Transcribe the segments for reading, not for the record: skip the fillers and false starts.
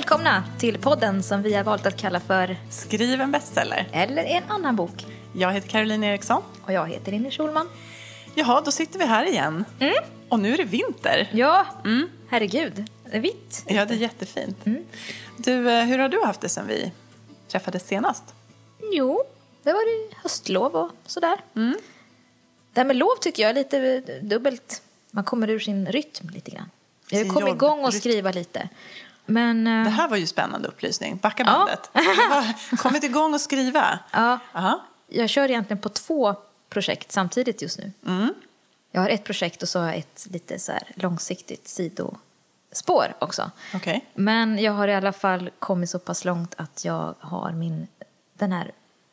Välkomna till podden som vi har valt att kalla för Skriv en bestseller. Eller en annan bok. Jag heter Caroline Eriksson. Och jag heter Linne Schulman. Jaha, då sitter vi här igen. Och nu är det vinter. Ja, herregud. Det är vitt. Ja, det är jättefint. Du, hur har du haft det sen vi träffades senast? Jo, det var det höstlov och sådär. Det här med lov tycker jag är lite dubbelt. Man kommer ur sin rytm lite grann. Jag har kommit igång och skriva lite. Men, det här var ju spännande upplysning. Backa bandet. Ja. Du har kommit igång och skriva. Ja. Aha. Jag kör egentligen på 2 projekt samtidigt just nu. Jag har ett projekt och så har jag ett lite så här långsiktigt sidospår också. Okay. Men jag har i alla fall kommit så pass långt att jag har den här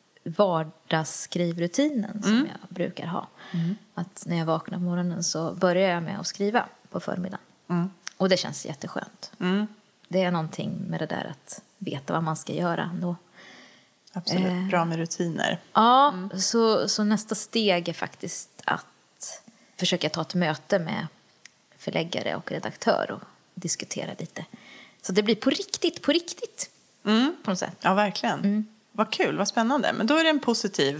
vardagsskrivrutinen som jag brukar ha. Att när jag vaknar på morgonen så börjar jag med att skriva på förmiddagen. Och det känns jätteskönt. Det är någonting med det där att veta vad man ska göra då. Absolut, bra med rutiner. Ja, så nästa steg är faktiskt att försöka ta ett möte med förläggare och redaktör och diskutera lite. Så det blir på riktigt. På något sätt. Ja, verkligen. Vad kul, vad spännande. Men då är det en positiv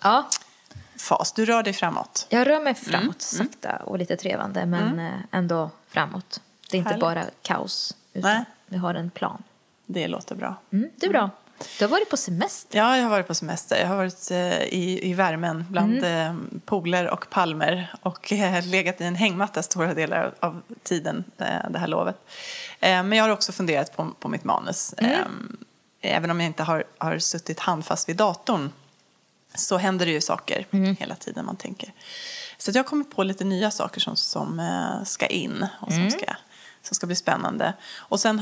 fas. Du rör dig framåt. Jag rör mig framåt, sakta och lite trevande, men ändå framåt. Det är inte bara kaos, utan vi har en plan. Det låter bra. Det är bra. Du har varit på semester. Ja, jag har varit på semester. Jag har varit i värmen bland poler och palmer och legat i en hängmatta stora delar av tiden det här lovet. Men jag har också funderat på mitt manus. Även om jag inte har suttit handfast vid datorn så händer det ju saker hela tiden man tänker. Så jag har kommit på lite nya saker som ska in och som ska bli spännande. Och sen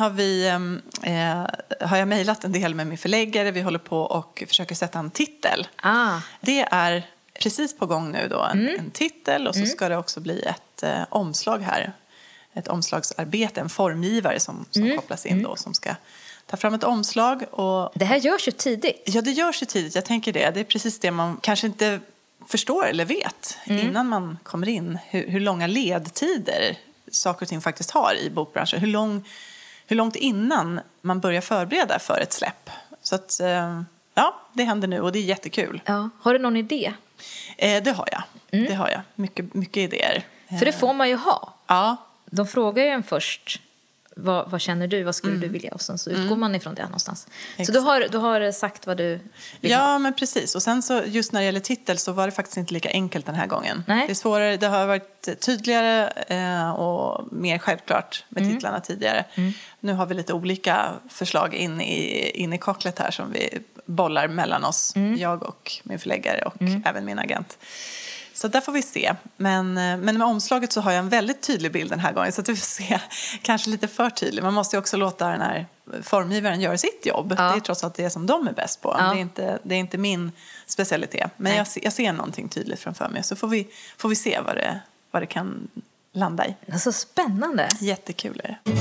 har jag mejlat en del med min förläggare. Vi håller på och försöker sätta en titel. Det är precis på gång nu då. En titel och så ska det också bli ett omslag här. Ett omslagsarbete, en formgivare som kopplas in då. Som ska ta fram ett omslag. Och det här görs ju tidigt. Ja, det görs ju tidigt. Jag tänker det. Det är precis det man kanske inte förstår eller vet innan man kommer in. Hur långa ledtider saker och ting faktiskt har i bokbranschen. Hur långt innan man börjar förbereda för ett släpp. Så att, det händer nu och det är jättekul. Ja. Har du någon idé? Det har jag. Det har jag. Mycket idéer. För det får man ju ha. Ja. De frågar ju en först. Vad känner du? Vad skulle du vilja? Och sen så utgår man ifrån det någonstans. Exakt. Så du har sagt vad du vill ha. Ja, men precis. Och sen så just när det gäller titel så var det faktiskt inte lika enkelt den här gången. Nej. Det är svårare. Det har varit tydligare och mer självklart med titlarna tidigare. Nu har vi lite olika förslag in i kaklet här som vi bollar mellan oss. Jag och min förläggare och även min agent. Så där får vi se. Men med omslaget så har jag en väldigt tydlig bild den här gången. Så att vi får se, kanske lite för tydlig. Man måste ju också låta den här formgivaren göra sitt jobb. Ja. Det är trots allt det som de är bäst på. Ja. Det är inte min specialitet. Men jag ser någonting tydligt framför mig. Så får vi se vad det kan landa i. Det är så spännande. Jättekul är det.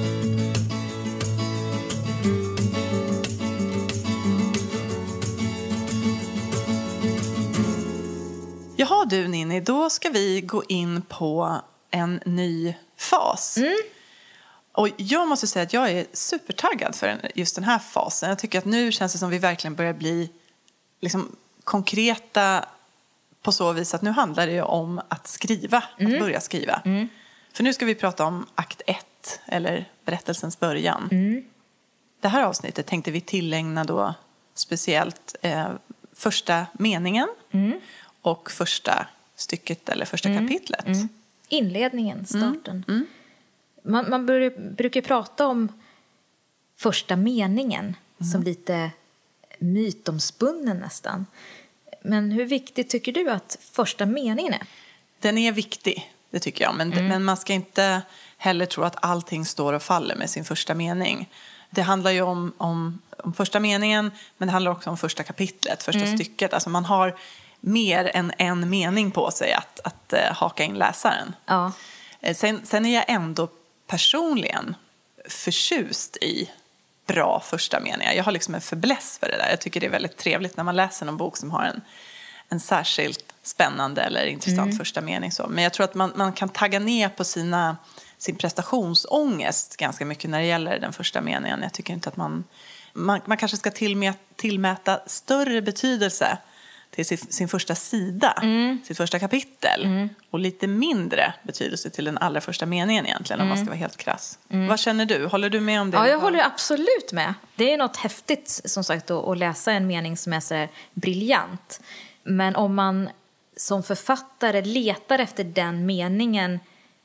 Jaha du Ninni, då ska vi gå in på en ny fas. Och jag måste säga att jag är supertaggad för just den här fasen. Jag tycker att nu känns det som vi verkligen börjar bli liksom konkreta på så vis att nu handlar det ju om att skriva, att börja skriva. För nu ska vi prata om akt 1 eller berättelsens början. Det här avsnittet tänkte vi tillägna då speciellt första meningen. Och första stycket eller första kapitlet. Inledningen, starten. Man brukar prata om första meningen som lite mytomspunnen nästan. Men hur viktigt tycker du att första meningen är? Den är viktig, det tycker jag. Men man ska inte heller tro att allting står och faller med sin första mening. Det handlar ju om första meningen, men det handlar också om första kapitlet, första stycket. Alltså man har mer än en mening på sig att haka in läsaren. Ja. Sen är jag ändå personligen förtjust i bra första meningar. Jag har liksom en fäbless för det där. Jag tycker det är väldigt trevligt när man läser någon bok som har en särskilt spännande eller intressant första mening. Så. Men jag tror att man kan tagga ner på sina sin prestationsångest ganska mycket när det gäller den första meningen. Jag tycker inte att man kanske ska tillmäta större betydelse till sin första sida, sitt första kapitel, och lite mindre betydelse till den allra första meningen egentligen, om man ska vara helt krass. Vad känner du? Håller du med om det? Ja, jag håller absolut med. Det är något häftigt, som sagt, att läsa en mening som är så här briljant. Men om man som författare letar efter den meningen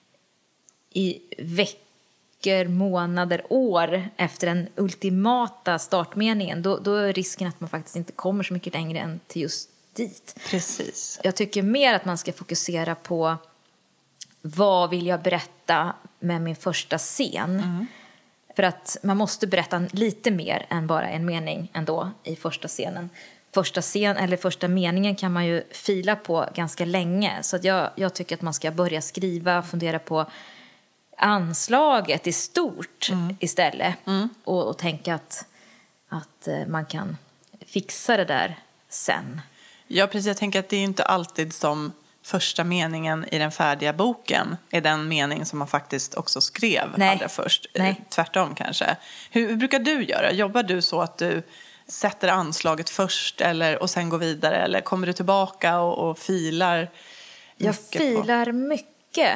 i veckor, månader, år efter den ultimata startmeningen, då är risken att man faktiskt inte kommer så mycket längre än till just dit. Precis. Jag tycker mer att man ska fokusera på vad vill jag berätta med min första scen. För att man måste berätta lite mer än bara en mening ändå i första scenen. Första scen eller första meningen kan man ju fila på ganska länge. Så att jag tycker att man ska börja skriva, fundera på anslaget i stort istället. Och tänka att man kan fixa det där sen. Ja, precis. Jag tänker att det är inte alltid som första meningen i den färdiga boken är den mening som man faktiskt också skrev allra först. Tvärtom kanske. Hur brukar du göra? Jobbar du så att du sätter anslaget först och sen går vidare? Eller kommer du tillbaka och filar? Jag filar mycket.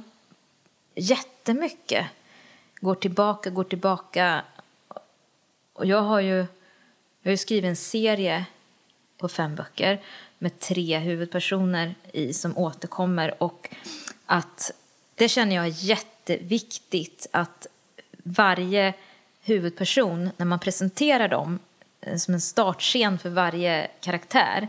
Jättemycket. Går tillbaka. Och jag har ju skrivit en serie på 5 böcker med 3 huvudpersoner som återkommer, och att det känner jag är jätteviktigt att varje huvudperson, när man presenterar dem som en startscen för varje karaktär,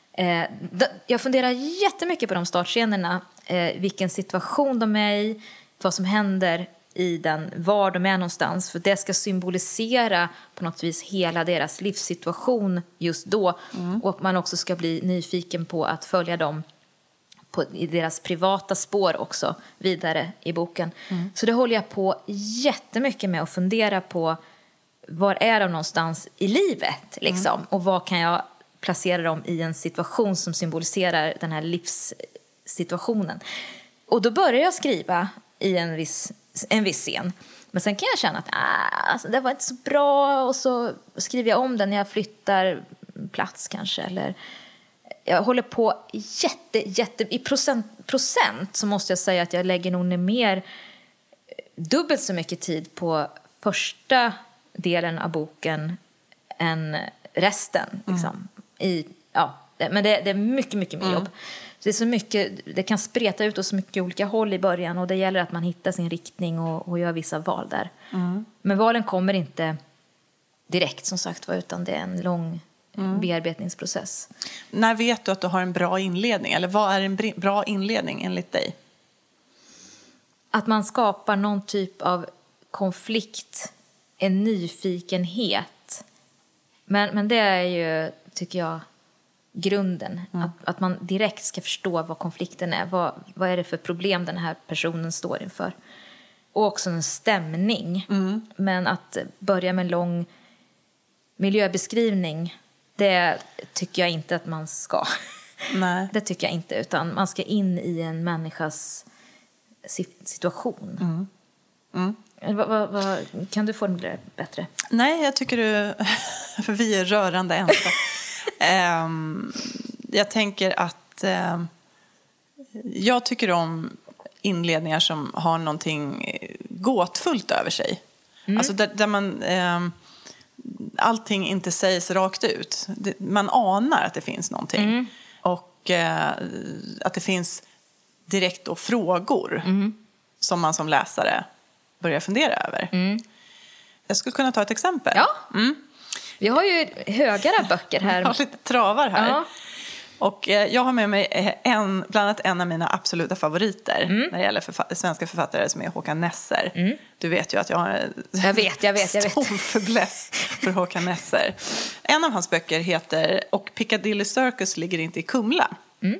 jag funderar jättemycket på de startscenerna, vilken situation de är i, vad som händer i den, var de är någonstans, för det ska symbolisera på något vis hela deras livssituation just då, och att man också ska bli nyfiken på att följa dem i deras privata spår också vidare i boken. Så det håller jag på jättemycket med att fundera på, var är de någonstans i livet liksom, och vad kan jag placera dem i en situation som symboliserar den här livssituationen. Och då börjar jag skriva i en viss scen. Men sen kan jag känna att det var inte så bra, och så skriver jag om den när jag flyttar plats kanske, eller jag håller på jätte i procent så måste jag säga att jag lägger nog ner dubbelt så mycket tid på första delen av boken än resten liksom. Men det är mycket mer jobb. Det är så mycket, det kan spreta ut åt så mycket olika håll i början, och det gäller att man hittar sin riktning och gör vissa val där. Men valen kommer inte direkt, som sagt, utan det är en lång bearbetningsprocess. När vet du att du har en bra inledning? Eller vad är en bra inledning enligt dig? Att man skapar någon typ av konflikt, en nyfikenhet. Men det är ju, tycker jag, grunden. Att man direkt ska förstå vad konflikten är. Vad är det för problem den här personen står inför. Och också en stämning. Men att börja med en lång miljöbeskrivning, det tycker jag inte att man ska. Nej. Det tycker jag inte. Utan man ska in i en människas situation. Kan du formulera det bättre? Nej, jag tycker för vi är rörande ensamma. Jag tänker att jag tycker om inledningar som har någonting gåtfullt över sig. Alltså där man allting inte sägs rakt ut. Man anar att det finns någonting. Och att det finns direkt då frågor som man som läsare börjar fundera över. Jag skulle kunna ta ett exempel. Ja. Vi har ju högare böcker här. Jag har lite travar här. Ja. Och jag har med mig bland annat en av mina absoluta favoriter när det gäller svenska författare, som är Håkan Nesser. Du vet ju att jag har stor fäbless för Håkan Nesser. En av hans böcker heter Och Piccadilly Circus ligger inte i Kumla.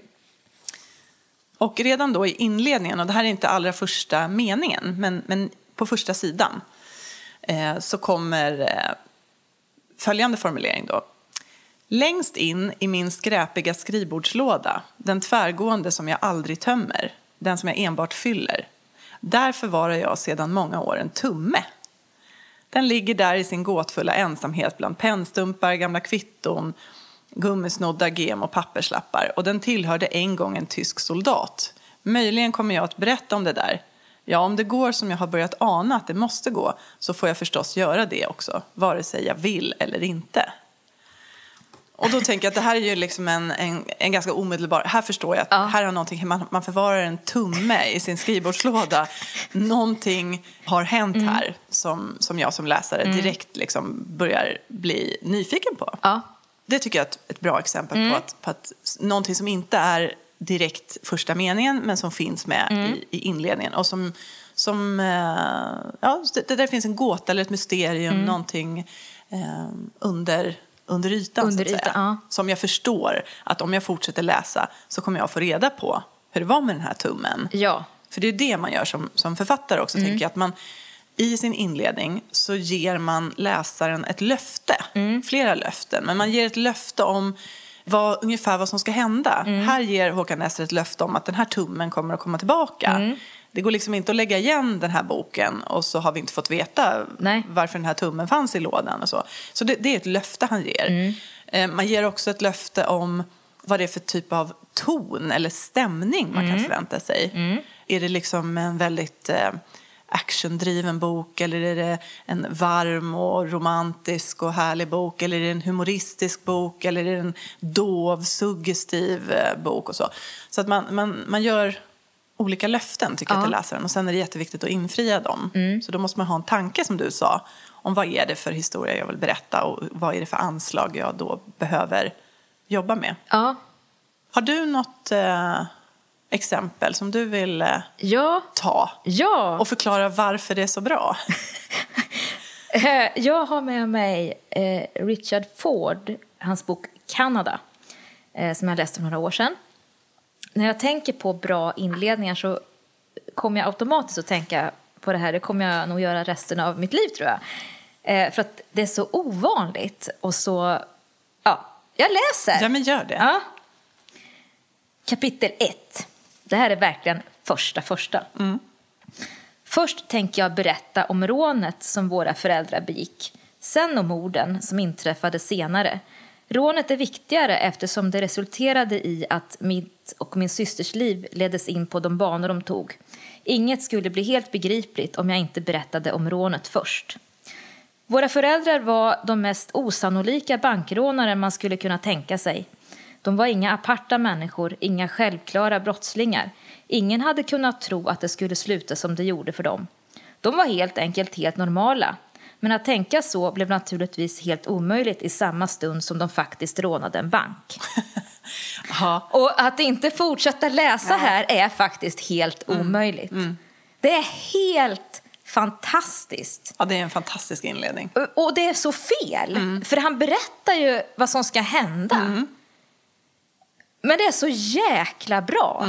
Och redan då i inledningen, och det här är inte allra första meningen, men på första sidan så kommer följande formulering då. Längst in i min skräpiga skrivbordslåda, den tvärgående som jag aldrig tömmer, den som jag enbart fyller. Där förvarar jag sedan många år en tumme. Den ligger där i sin gåtfulla ensamhet bland pennstumpar, gamla kvitton, gummisnodda gem och papperslappar. Och den tillhörde en gång en tysk soldat. Möjligen kommer jag att berätta om det där. Ja, om det går som jag har börjat ana att det måste gå, så får jag förstås göra det också, vare sig jag vill eller inte. Och då tänker jag att det här är ju liksom en ganska omedelbar... Här förstår jag att här har någonting... Man förvarar en tumme i sin skrivbordslåda. Någonting har hänt här som jag som läsare direkt liksom börjar bli nyfiken på. Ja. Det tycker jag är ett bra exempel på att någonting som inte är direkt första meningen, men som finns med i inledningen. Och som det där finns en gåta eller ett mysterium, någonting under ytan, så att säga. Ja. Som jag förstår att om jag fortsätter läsa så kommer jag få reda på hur det var med den här tummen. Ja. För det är det man gör som författare också, tänker jag, att man i sin inledning så ger man läsaren ett löfte, flera löften, men man ger ett löfte om ungefär vad som ska hända. Här ger Håkan Nesser ett löfte om att den här tummen kommer att komma tillbaka. Det går liksom inte att lägga igen den här boken och så har vi inte fått veta varför den här tummen fanns i lådan och så. Så det är ett löfte han ger. Man ger också ett löfte om vad det är för typ av ton eller stämning man kan förvänta sig. Är det liksom en väldigt actiondriven bok, eller är det en varm och romantisk och härlig bok, eller är det en humoristisk bok, eller är det en dov, suggestiv bok och så. Så att man gör olika löften, tycker jag, till läsaren, och sen är det jätteviktigt att infria dem. Så då måste man ha en tanke, som du sa, om vad är det för historia jag vill berätta och vad är det för anslag jag då behöver jobba med. Ja. Har du något exempel som du vill ta och förklara varför det är så bra? Jag har med mig Richard Ford, hans bok Kanada, som jag läste för några år sedan. När jag tänker på bra inledningar så kommer jag automatiskt att tänka på det här. Det kommer jag nog göra resten av mitt liv, tror jag. För att det är så ovanligt och så... Ja, jag läser. Ja, men gör det. Ja. Kapitel 1. Det här är verkligen första. Först tänker jag berätta om rånet som våra föräldrar begick. Sen om morden som inträffade senare. Rånet är viktigare eftersom det resulterade i att mitt och min systers liv leddes in på de banor de tog. Inget skulle bli helt begripligt om jag inte berättade om rånet först. Våra föräldrar var de mest osannolika bankrånare man skulle kunna tänka sig. De var inga aparta människor, inga självklara brottslingar. Ingen hade kunnat tro att det skulle sluta som det gjorde för dem. De var helt enkelt helt normala. Men att tänka så blev naturligtvis helt omöjligt i samma stund som de faktiskt rånade en bank. Och att inte fortsätta läsa här är faktiskt helt omöjligt. Det är helt fantastiskt. Ja, det är en fantastisk inledning. Och det är så fel. För han berättar ju vad som ska hända. Men det är så jäkla bra.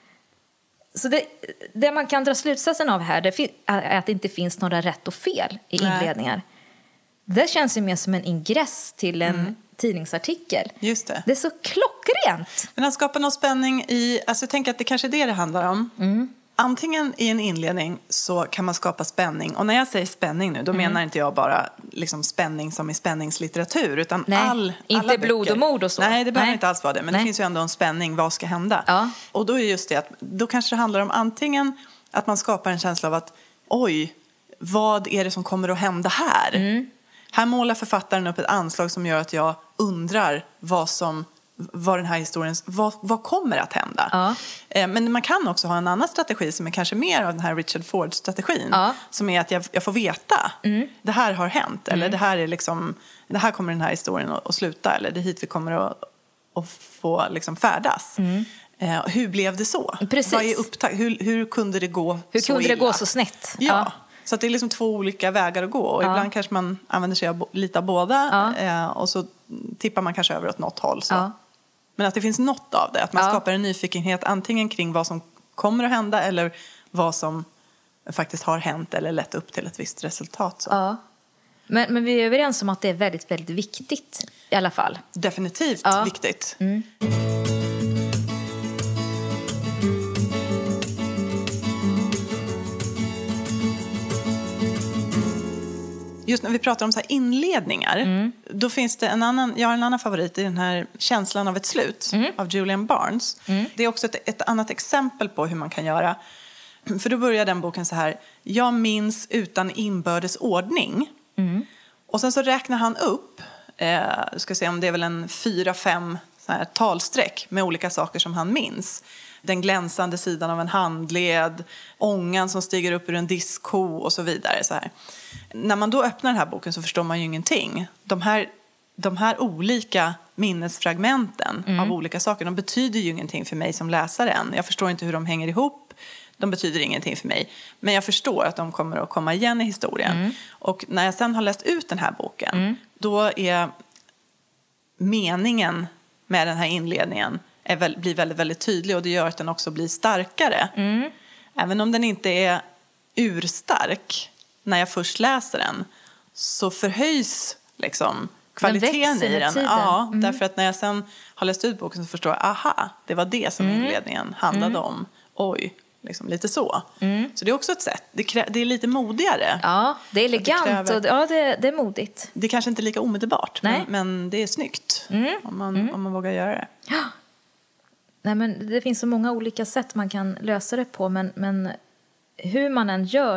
Så det man kan dra slutsatsen av här är att det inte finns några rätt och fel i inledningar. Det känns ju mer som en ingress till en tidningsartikel. Just det. Det är så klockrent. Men att skapa någon spänning i... Alltså jag tänker att det kanske är det handlar om. Antingen i en inledning så kan man skapa spänning. Och när jag säger spänning nu, då menar inte jag bara liksom spänning som i spänningslitteratur. Utan inte alla blod och mord och så. Nej, det behöver inte alls vara det. Men det finns ju ändå en spänning. Vad ska hända? Ja. Och då är just det att då kanske det handlar om antingen att man skapar en känsla av att oj, vad är det som kommer att hända här? Här målar författaren upp ett anslag som gör att jag undrar vad den här historien, vad kommer att hända. Ja. Men man kan också ha en annan strategi som är kanske mer av den här Richard Ford-strategin. Som är att jag får veta det här har hänt. Eller det här är liksom, det här kommer den här historien att sluta. Eller det är hit vi kommer att få liksom färdas. Hur blev det så? Precis. Vad är hur kunde det gå hur så kunde illa? Det gå så snett? Ja. Så att det är liksom två olika vägar att gå. Och ibland kanske man använder sig av lite av båda. Och så tippar man kanske över åt något håll. Så. Men att det finns något av det. Att man skapar en nyfikenhet antingen kring vad som kommer att hända. Eller vad som faktiskt har hänt. Eller lett upp till ett visst resultat. Så. Ja. Men vi är överens om att det är väldigt, väldigt viktigt i alla fall. Definitivt viktigt. just när vi pratar om så här inledningar, då finns det jag har en annan favorit i den här Känslan av ett slut av Julian Barnes. Det är också ett annat exempel på hur man kan göra. För då börjar den boken så här: jag minns utan inbördes ordning. Och sen så räknar han upp, ska se om det är väl en 4-5 så här talsträck med olika saker som han minns. Den glänsande sidan av en handled, ångan som stiger upp ur en diskho och så vidare. Så här. När man då öppnar den här boken så förstår man ju ingenting. De här olika minnesfragmenten av olika saker, de betyder ju ingenting för mig som läsare än. Jag förstår inte hur de hänger ihop. De betyder ingenting för mig. Men jag förstår att de kommer att komma igen i historien. Och när jag sen har läst ut den här boken, då är meningen med den här inledningen blir väldigt, väldigt tydlig. Och det gör att den också blir starkare. Även om den inte är urstark när jag först läser den, så förhöjs liksom kvaliteten i den. Ja, därför att när jag sen har läst ut boken så förstår jag, aha, det var det som inledningen handlade om. Oj, liksom lite så. Så det är också ett sätt. Det är lite modigare. Ja, det är elegant och det är modigt. Det är kanske inte lika omedelbart, men det är snyggt om man vågar göra det. Ja. Nej, men det finns så många olika sätt man kan lösa det på, men hur man än gör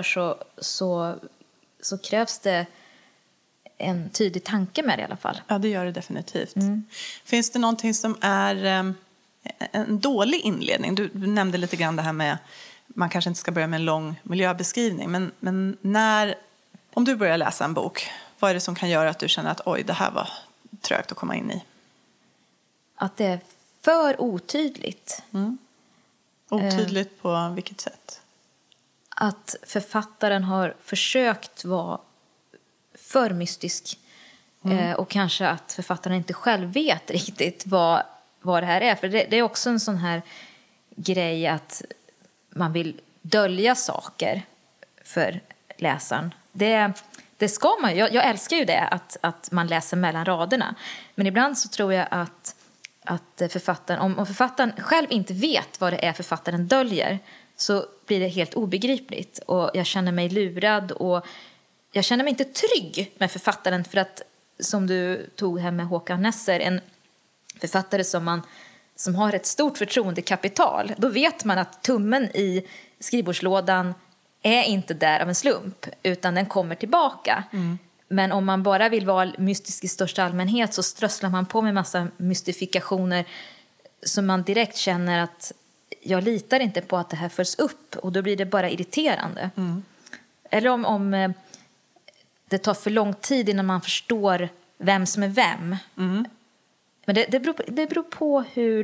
så krävs det en tydlig tanke med det i alla fall. Ja, det gör det definitivt. Finns det någonting som är en dålig inledning? Du nämnde lite grann det här med man kanske inte ska börja med en lång miljöbeskrivning, men om du börjar läsa en bok, vad är det som kan göra att du känner att oj, det här var trögt att komma in i? Att det är för otydligt. Otydligt på vilket sätt? Att författaren har försökt vara för mystisk. Och kanske att författaren inte själv vet riktigt vad det här är. För det är också en sån här grej att man vill dölja saker för läsaren. Det ska man ju. Jag älskar ju det, att man läser mellan raderna. Men ibland så tror jag att författaren, om författaren själv inte vet vad det är författaren döljer, så blir det helt obegripligt. Och jag känner mig lurad och jag känner mig inte trygg med författaren, för att, som du tog här med Håkan Nesser, en författare som har ett stort förtroendekapital, då vet man att tummen i skrivbordslådan är inte där av en slump, utan den kommer tillbaka. Men om man bara vill vara mystisk i största allmänhet, så strösslar man på med massa mystifikationer som man direkt känner att jag litar inte på att det här följs upp, och då blir det bara irriterande. Eller om det tar för lång tid innan man förstår vem som är vem. Men det beror på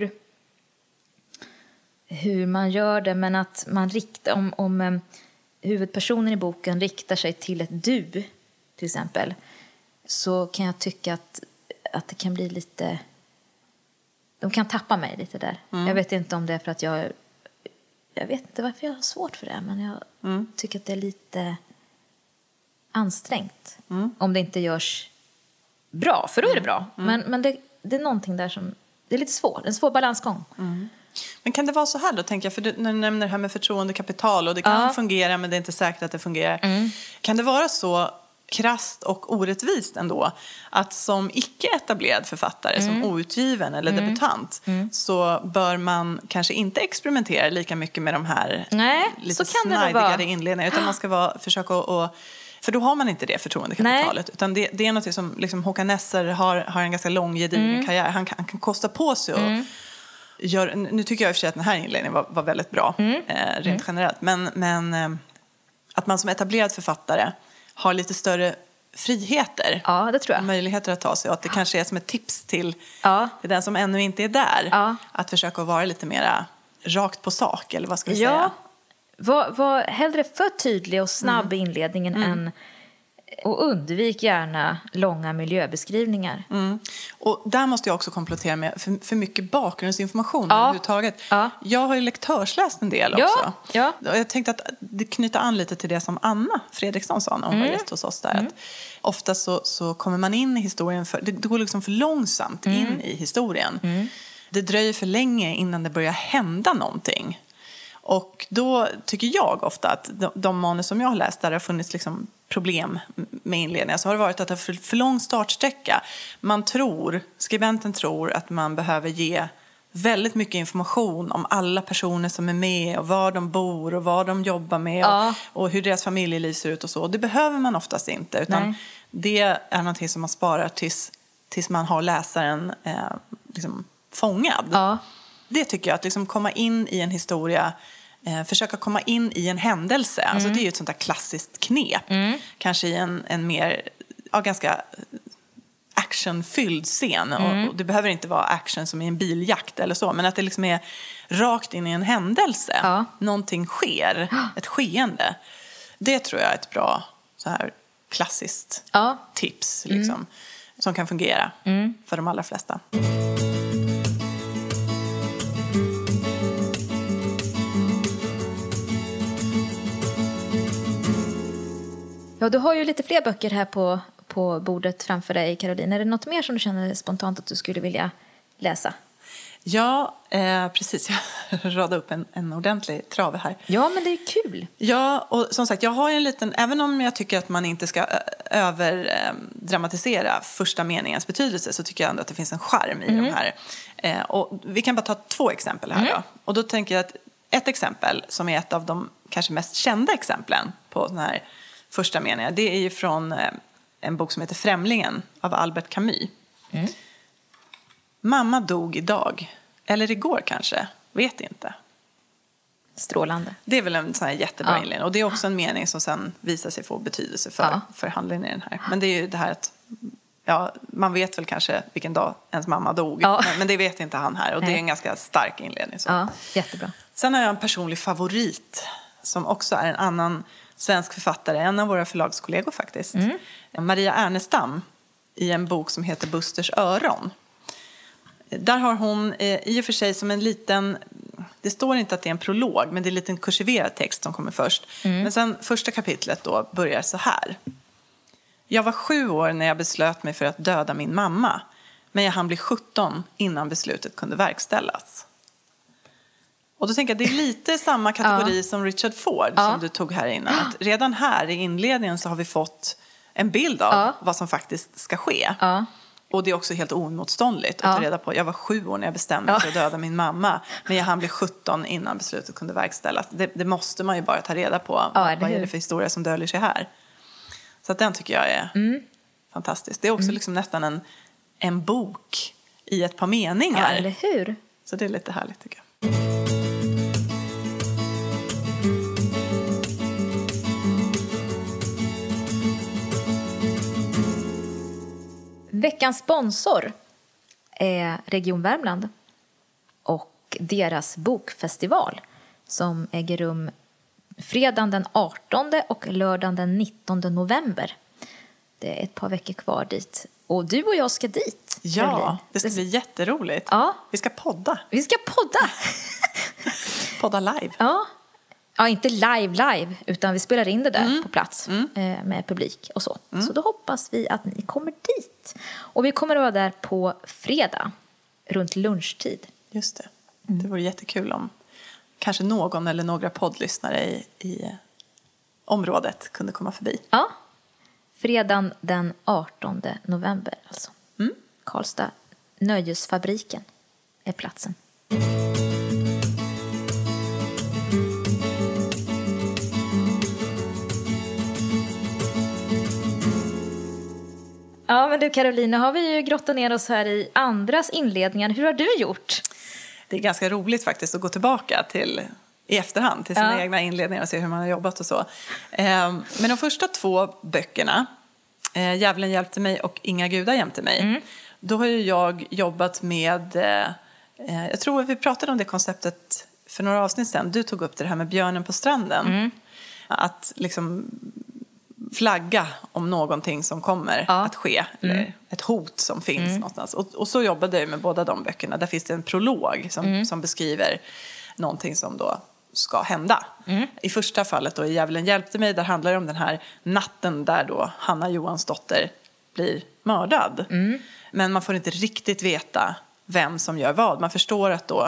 hur man gör det, men att man riktar, om huvudpersonen i boken riktar sig till ett du till exempel, så kan jag tycka att det kan bli lite, de kan tappa mig lite där. Jag vet inte om det är för att jag vet inte varför jag har svårt för det, men jag tycker att det är lite ansträngt om det inte görs bra, för då är det bra. Men det är någonting där som, det är lite svårt, en svår balansgång. Men kan det vara så här då, tänker jag, för när du nämner det här med förtroendekapital, och det kan fungera, men det är inte säkert att det fungerar. Kan det vara så krasst och orättvist ändå att som icke-etablerad författare, som outgiven eller debutant, så bör man kanske inte experimentera lika mycket med de här lite snajdigare inledningarna, utan man ska försöka att, för då har man inte det förtroendekapitalet. Utan det är något som liksom Håkan Nesser har en ganska lång gedigen karriär. Han kan kosta på sig och nu tycker jag i och för sig att den här inledningen var väldigt bra rent generellt. Men att man som etablerad författare har lite större friheter. Ja, det tror jag. Möjligheter att ta sig. Och att det kanske är som ett tips till den som ännu inte är där. Att försöka vara lite mer rakt på sak, eller vad ska vi säga? Var hellre för tydlig och snabb i inledningen än, och undvik gärna långa miljöbeskrivningar. Och där måste jag också komplettera med för mycket bakgrundsinformation överhuvudtaget. Jag har ju lektörsläst en del också. Och jag tänkte att det knyter an lite till det som Anna Fredriksson sa när hon var gäst hos oss där. Att ofta så kommer man in i historien, det går liksom för långsamt in i historien. Det dröjer för länge innan det börjar hända någonting. Och då tycker jag ofta att de manus som jag har läst där det har funnits liksom problem med inledningen, så har det varit att det är för lång startsträcka. Skribenten tror att man behöver ge väldigt mycket information om alla personer som är med och var de bor och vad de jobbar med och hur deras familjeliv ser ut och så. Det behöver man oftast inte, utan det är någonting som man sparar tills man har läsaren liksom fångad. Ja. Det tycker jag, att liksom komma in i en historia, försöka komma in i en händelse. Alltså det är ju ett sånt där klassiskt knep. Kanske i en mer ganska actionfylld scen. Och det behöver inte vara action som i en biljakt eller så, men att det liksom är rakt in i en händelse. Ja. Någonting sker, ett skeende. Det tror jag är ett bra så här klassiskt tips liksom, som kan fungera för de allra flesta. Ja, du har ju lite fler böcker här på bordet framför dig, Caroline. Är det något mer som du känner spontant att du skulle vilja läsa? Ja, precis. Jag radade upp en ordentlig trave här. Ja, men det är kul. Ja, och som sagt, jag har ju en liten... Även om jag tycker att man inte ska överdramatisera första meningens betydelse, så tycker jag ändå att det finns en charm i de här. Och vi kan bara ta 2 exempel här då. Och då tänker jag att ett exempel som är ett av de kanske mest kända exemplen på den här första meningar, det är ju från en bok som heter Främlingen av Albert Camus. Mamma dog idag. Eller igår kanske. Vet inte. Strålande. Det är väl en sån här jättebra inledning. Och det är också en mening som sen visar sig få betydelse för handlingen i den här. Men det är ju det här att man vet väl kanske vilken dag ens mamma dog. Men det vet inte han här. Och det är en ganska stark inledning. Så. Ja, jättebra. Sen har jag en personlig favorit som också är en annan svensk författare, en av våra förlagskollegor faktiskt. Maria Ernestam, i en bok som heter Busters öron. Där har hon i och för sig som en liten, det står inte att det är en prolog, men det är en liten kursiverad text som kommer först. Men sen första kapitlet då börjar så här. Jag var 7 år när jag beslöt mig för att döda min mamma, men jag hann bli 17 innan beslutet kunde verkställas. Och då tänker jag att det är lite samma kategori som Richard Ford som du tog här innan. Att redan här i inledningen så har vi fått en bild av vad som faktiskt ska ske. Och det är också helt oemotståndligt att ta reda på. Jag var 7 år när jag bestämde för att döda min mamma. Men jag hann bli 17 innan beslutet kunde verkställas. Det måste man ju bara ta reda på. Vad är det för historia som döljer sig här? Så att den tycker jag är fantastisk. Det är också liksom nästan en bok i ett par meningar. Ja, eller hur? Så det är lite härligt tycker jag. Veckans sponsor är Region Värmland och deras bokfestival som äger rum fredagen den 18 och lördagen den 19 november. Det är ett par veckor kvar dit. Och du och jag ska dit. Ja, Caroline. det ska bli jätteroligt. Ja. Vi ska podda. Vi ska podda. Podda live. Ja, inte live, utan vi spelar in det där på plats med publik och så. Så då hoppas vi att ni kommer dit. Och vi kommer att vara där på fredag, runt lunchtid. Just det. Det vore jättekul om kanske någon eller några poddlyssnare i området kunde komma förbi. Ja, fredagen den 18 november alltså. Karlstad Nöjesfabriken är platsen. Ja, men du Carolina, har vi ju grottat ner oss här i andras inledningar. Hur har du gjort? Det är ganska roligt faktiskt att gå tillbaka i efterhand till sina egna inledningar och se hur man har jobbat och så. Men de första 2 böckerna, Djävulen hjälpte mig och Inga gudar jämte mig, då har ju jag jobbat med, jag tror vi pratade om det konceptet för några avsnitt sedan. Du tog upp det här med björnen på stranden. Att liksom flagga om någonting som kommer att ske. Eller ett hot som finns någonstans. Och så jobbade jag med båda de böckerna. Där finns det en prolog som beskriver någonting som då ska hända. I första fallet då, i Djävulen hjälpte mig, där handlar det om den här natten där då Hanna Johansdotter blir mördad. Men man får inte riktigt veta vem som gör vad. Man förstår att då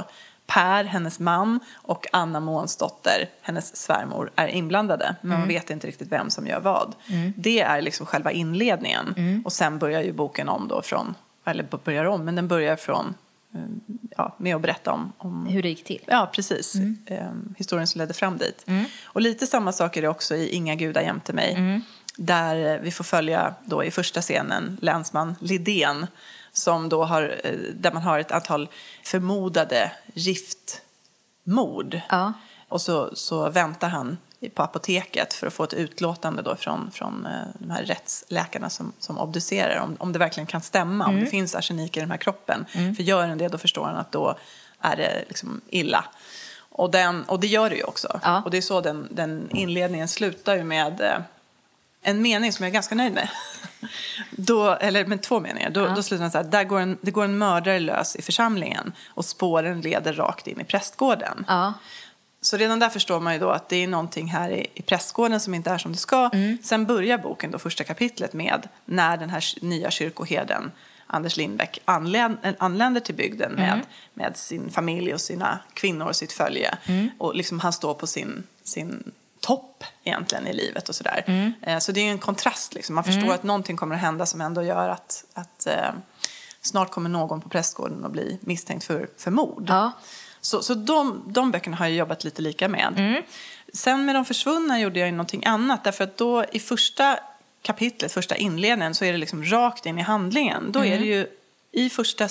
Per, hennes man, och Anna Månsdotter, hennes svärmor, är inblandade. Men man vet inte riktigt vem som gör vad. Det är liksom själva inledningen. Och sen börjar ju boken om då från, eller börjar om, men den börjar från, med att berätta om hur det gick till. Ja, precis. Historien som ledde fram dit. Och lite samma sak är det också i Inga gudar jämte mig. Där vi får följa då i första scenen länsman Lidén, som då har, där man har ett antal förmodade giftmord. Ja. Och så väntar han på apoteket för att få ett utlåtande då från de här rättsläkarna som obducerar om det verkligen kan stämma, om det finns arsenik i den här kroppen. För gör den det, då förstår han att då är det liksom illa. Och det gör det ju också. Ja. Och det är så den inledningen slutar ju med en mening som jag är ganska nöjd med. Eller med 2 meningar. Då slutar den så här: det går en mördare lös i församlingen och spåren leder rakt in i prästgården. Ja. Så redan där förstår man ju då att det är någonting här i prästgården som inte är som det ska. Sen börjar boken då, första kapitlet, med när den här nya kyrkoherden Anders Lindbäck anländer till bygden med sin familj och sina kvinnor och sitt följe. Och liksom han står på sin topp egentligen i livet och sådär. Så det är ju en kontrast liksom. Man förstår att någonting kommer att hända som ändå gör att snart kommer någon på prästgården att bli misstänkt för mord. Ja. Så de böckerna har jag jobbat lite lika med. Sen med De försvunna gjorde jag ju någonting annat. Därför att då i första kapitlet, första inledningen, så är det liksom rakt in i handlingen. Då är det ju i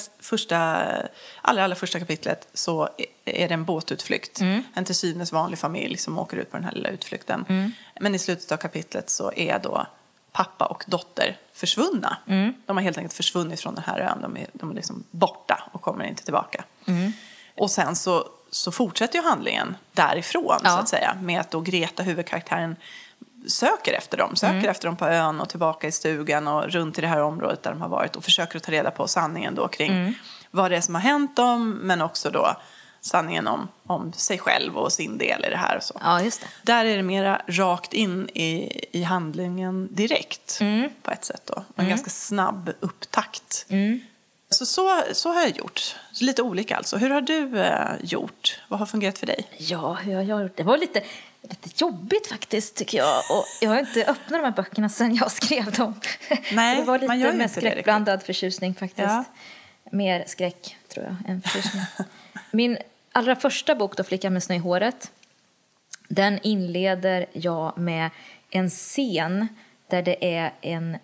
allra första kapitlet så är det en båtutflykt. En till synes vanlig familj som åker ut på den här lilla utflykten. Men i slutet av kapitlet så är då pappa och dotter försvunna. De har helt enkelt försvunnit från den här ön. De är liksom borta och kommer inte tillbaka. Och sen så fortsätter ju handlingen därifrån, så att säga. Med att då Greta, huvudkaraktären, söker efter dem på ön och tillbaka i stugan och runt i det här området där de har varit. Och försöker att ta reda på sanningen då kring vad det är som har hänt dem. Men också då sanningen om sig själv och sin del i det här. Och så. Ja, just det. Där är det mera rakt in i handlingen direkt på ett sätt då. En ganska snabb upptakt. Så har jag gjort. Så lite olika alltså. Hur har du gjort? Vad har fungerat för dig? Ja, hur har jag gjort? Det var lite jobbigt faktiskt, tycker jag. Och jag har inte öppnat de här böckerna sedan jag skrev dem. Nej, det var lite man gör med skräckblandad förtjusning faktiskt. Ja. Mer skräck, tror jag, än förtjusning. Min allra första bok, då, Flickan med snö i håret, den inleder jag med en scen där det är en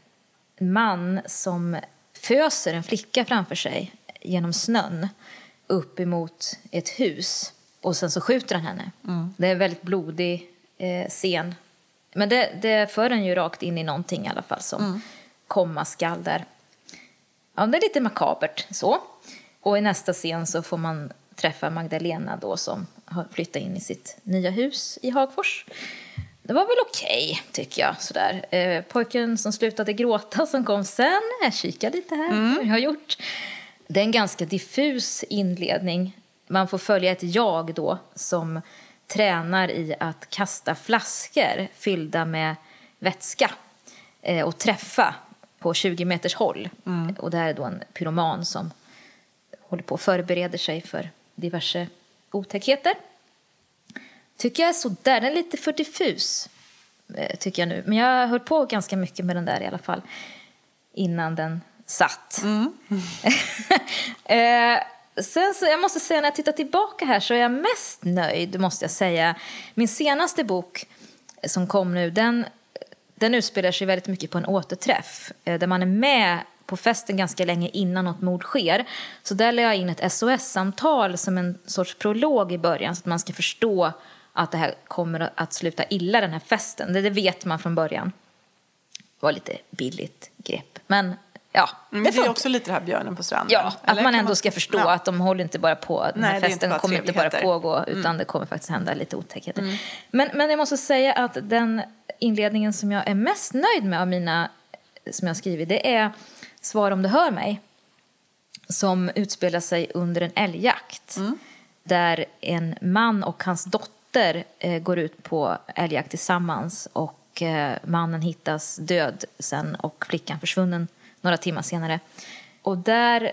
man som föser en flicka framför sig genom snön upp emot ett hus. Och sen så skjuter han henne. Det är en väldigt blodig scen. Men det för en ju rakt in i någonting i alla fall som komma skall där. Ja, det är lite makabert så. Och i nästa scen så får man träffa Magdalena då, som har flyttat in i sitt nya hus i Hagfors. Det var väl okej, tycker jag. Sådär. Pojken som slutade gråta som kom sen. Jag kikar lite här vad jag har gjort. Det är en ganska diffus inledning. Man får följa ett jag då som tränar i att kasta flaskor fyllda med vätska och träffa på 20 meters håll. Och det här är då en pyroman som håller på och förbereder sig för diverse otäckheter. Tycker jag är så där. Den är lite för diffus, tycker jag nu. Men jag höll på ganska mycket med den där i alla fall innan den satt. Sen så, jag måste säga, när jag tittar tillbaka här så är jag mest nöjd, måste jag säga. Min senaste bok som kom nu, den utspelar sig väldigt mycket på en återträff. Där man är med på festen ganska länge innan något mord sker. Så där lade jag in ett SOS-samtal som en sorts prolog i början, så att man ska förstå att det här kommer att sluta illa, den här festen. Det vet man från början. Det var lite billigt grepp, men ja. Men det är också lite det här björnen på stranden. Ja, att man ändå ska förstå att de håller inte bara på, den här festen kommer inte bara pågå, utan det kommer faktiskt hända lite otäckheter. Men jag måste säga att den inledningen som jag är mest nöjd med av mina som jag har skrivit, det är Svar om du hör mig, som utspelar sig under en älgjakt. Där en man och hans dotter går ut på älgjakt tillsammans, och mannen hittas död sen och flickan försvunnen några timmar senare. Och där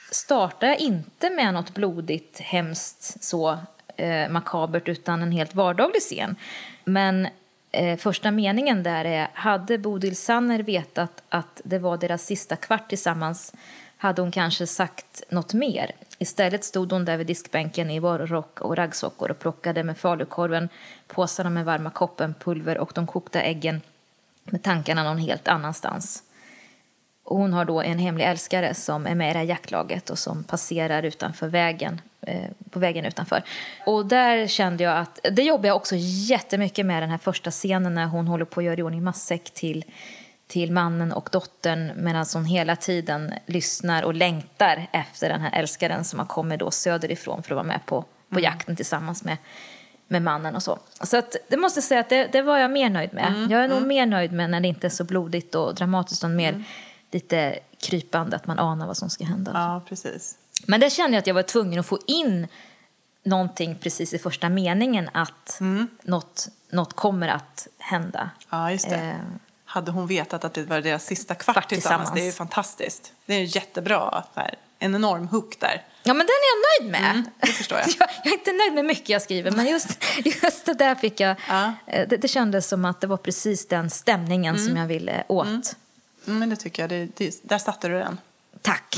startar jag inte med något blodigt, hemskt, så makabert, utan en helt vardaglig scen. Men första meningen där är: hade Bodil Sanner vetat att det var deras sista kvart tillsammans hade hon kanske sagt något mer. Istället stod hon där vid diskbänken i varrock och raggsockor och plockade med falukorven, påsarna med varma koppenpulver och de kokta äggen med tankarna någon helt annanstans. Och hon har då en hemlig älskare som är med i det här jaktlaget och som passerar utanför vägen, på vägen utanför. Och där kände jag att det jobbar jag också jättemycket med, den här första scenen när hon håller på att göra i ordning matsäck till mannen och dottern, medan hon hela tiden lyssnar och längtar efter den här älskaren som har kommit då söderifrån för att vara med på jakten tillsammans med mannen och så. Så att det måste jag säga att det var jag mer nöjd med. Jag är nog mer nöjd med när det inte är så blodigt och dramatiskt, utan mer lite krypande, att man anar vad som ska hända. Ja, precis. Men det kände jag att jag var tvungen att få in någonting precis i första meningen, att något kommer att hända. Ja, just det. Hade hon vetat att det var deras sista kvart tillsammans, det är ju fantastiskt. Det är ju jättebra, en enorm hook där. Ja, men den är jag nöjd med. Det förstår jag. Jag är inte nöjd med mycket jag skriver, men just det där fick jag... Det kändes som att det var precis den stämningen som jag ville åt. Men det tycker jag, där satte du den. Tack.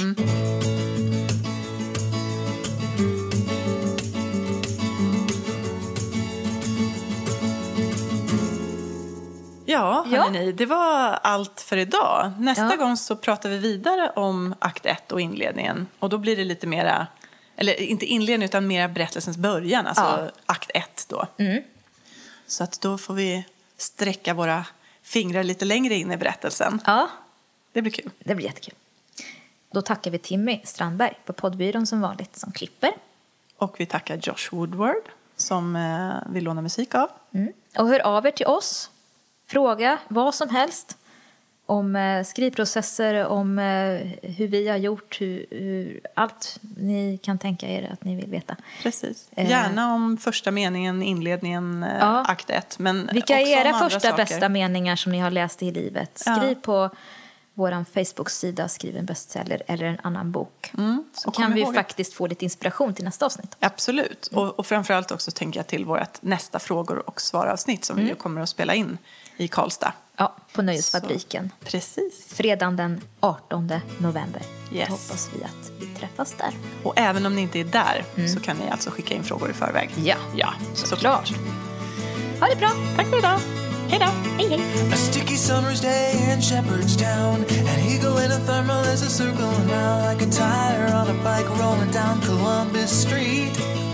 Ja, hörrni, det var allt för idag. Nästa gång så pratar vi vidare om akt 1 och inledningen. Och då blir det lite mera, eller inte inledningen utan mera berättelsens början, alltså akt 1 då. Så att då får vi sträcka våra fingrar lite längre in i berättelsen. Ja. Det blir kul. Det blir jättekul. Då tackar vi Timmy Strandberg på Poddbyrån som vanligt som klipper. Och vi tackar Josh Woodward som vill låna musik av. Och hör av er till oss. Fråga vad som helst om skrivprocesser, om hur vi har gjort, hur allt ni kan tänka er att ni vill veta. Precis. Gärna om första meningen, inledningen, akt 1. Men vilka är era första saker. Bästa meningar som ni har läst i livet? Skriv på vår Facebook-sida, skriv en bestseller eller en annan bok. Så kan vi faktiskt få lite inspiration till nästa avsnitt. Absolut. Och framförallt också tänker jag till vårt nästa frågor- och svaravsnitt som vi kommer att spela in i Karlstad. Ja, på Nöjesfabriken. Så, precis. Fredagen den 18 november. Yes. Då hoppas vi att vi träffas där. Och även om ni inte är där så kan ni alltså skicka in frågor i förväg. Ja, såklart. Ha det bra. Tack för idag. Hej då. Hej, hej. A sticky summer's day in Shepherdstown. An eagle in a thermal is a circling round like a tire on a bike rolling down Columbus Street.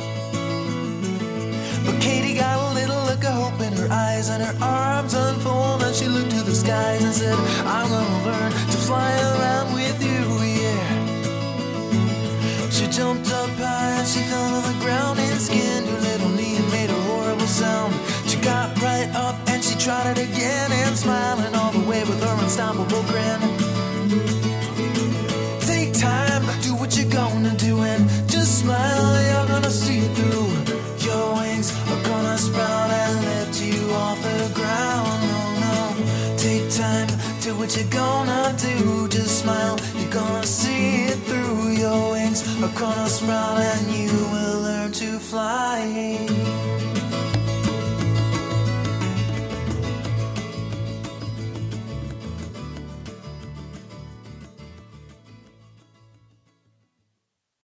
But Katie got a little look of hope in her eyes, and her arms unfold and she looked to the skies and said, I'm gonna learn to fly around with you, yeah. She jumped up high and she fell to the ground and skinned her little knee and made a horrible sound. She got right up and she tried it again, and smiling all the way with her unstoppable grin. Take time, do what you're gonna do, and just smile, you're gonna see it through. Your wings are gonna sprout and lift you off the ground. Oh no, take time, do what you're gonna do. Just smile, you're gonna see it through. Your wings are gonna sprout and you will learn to fly.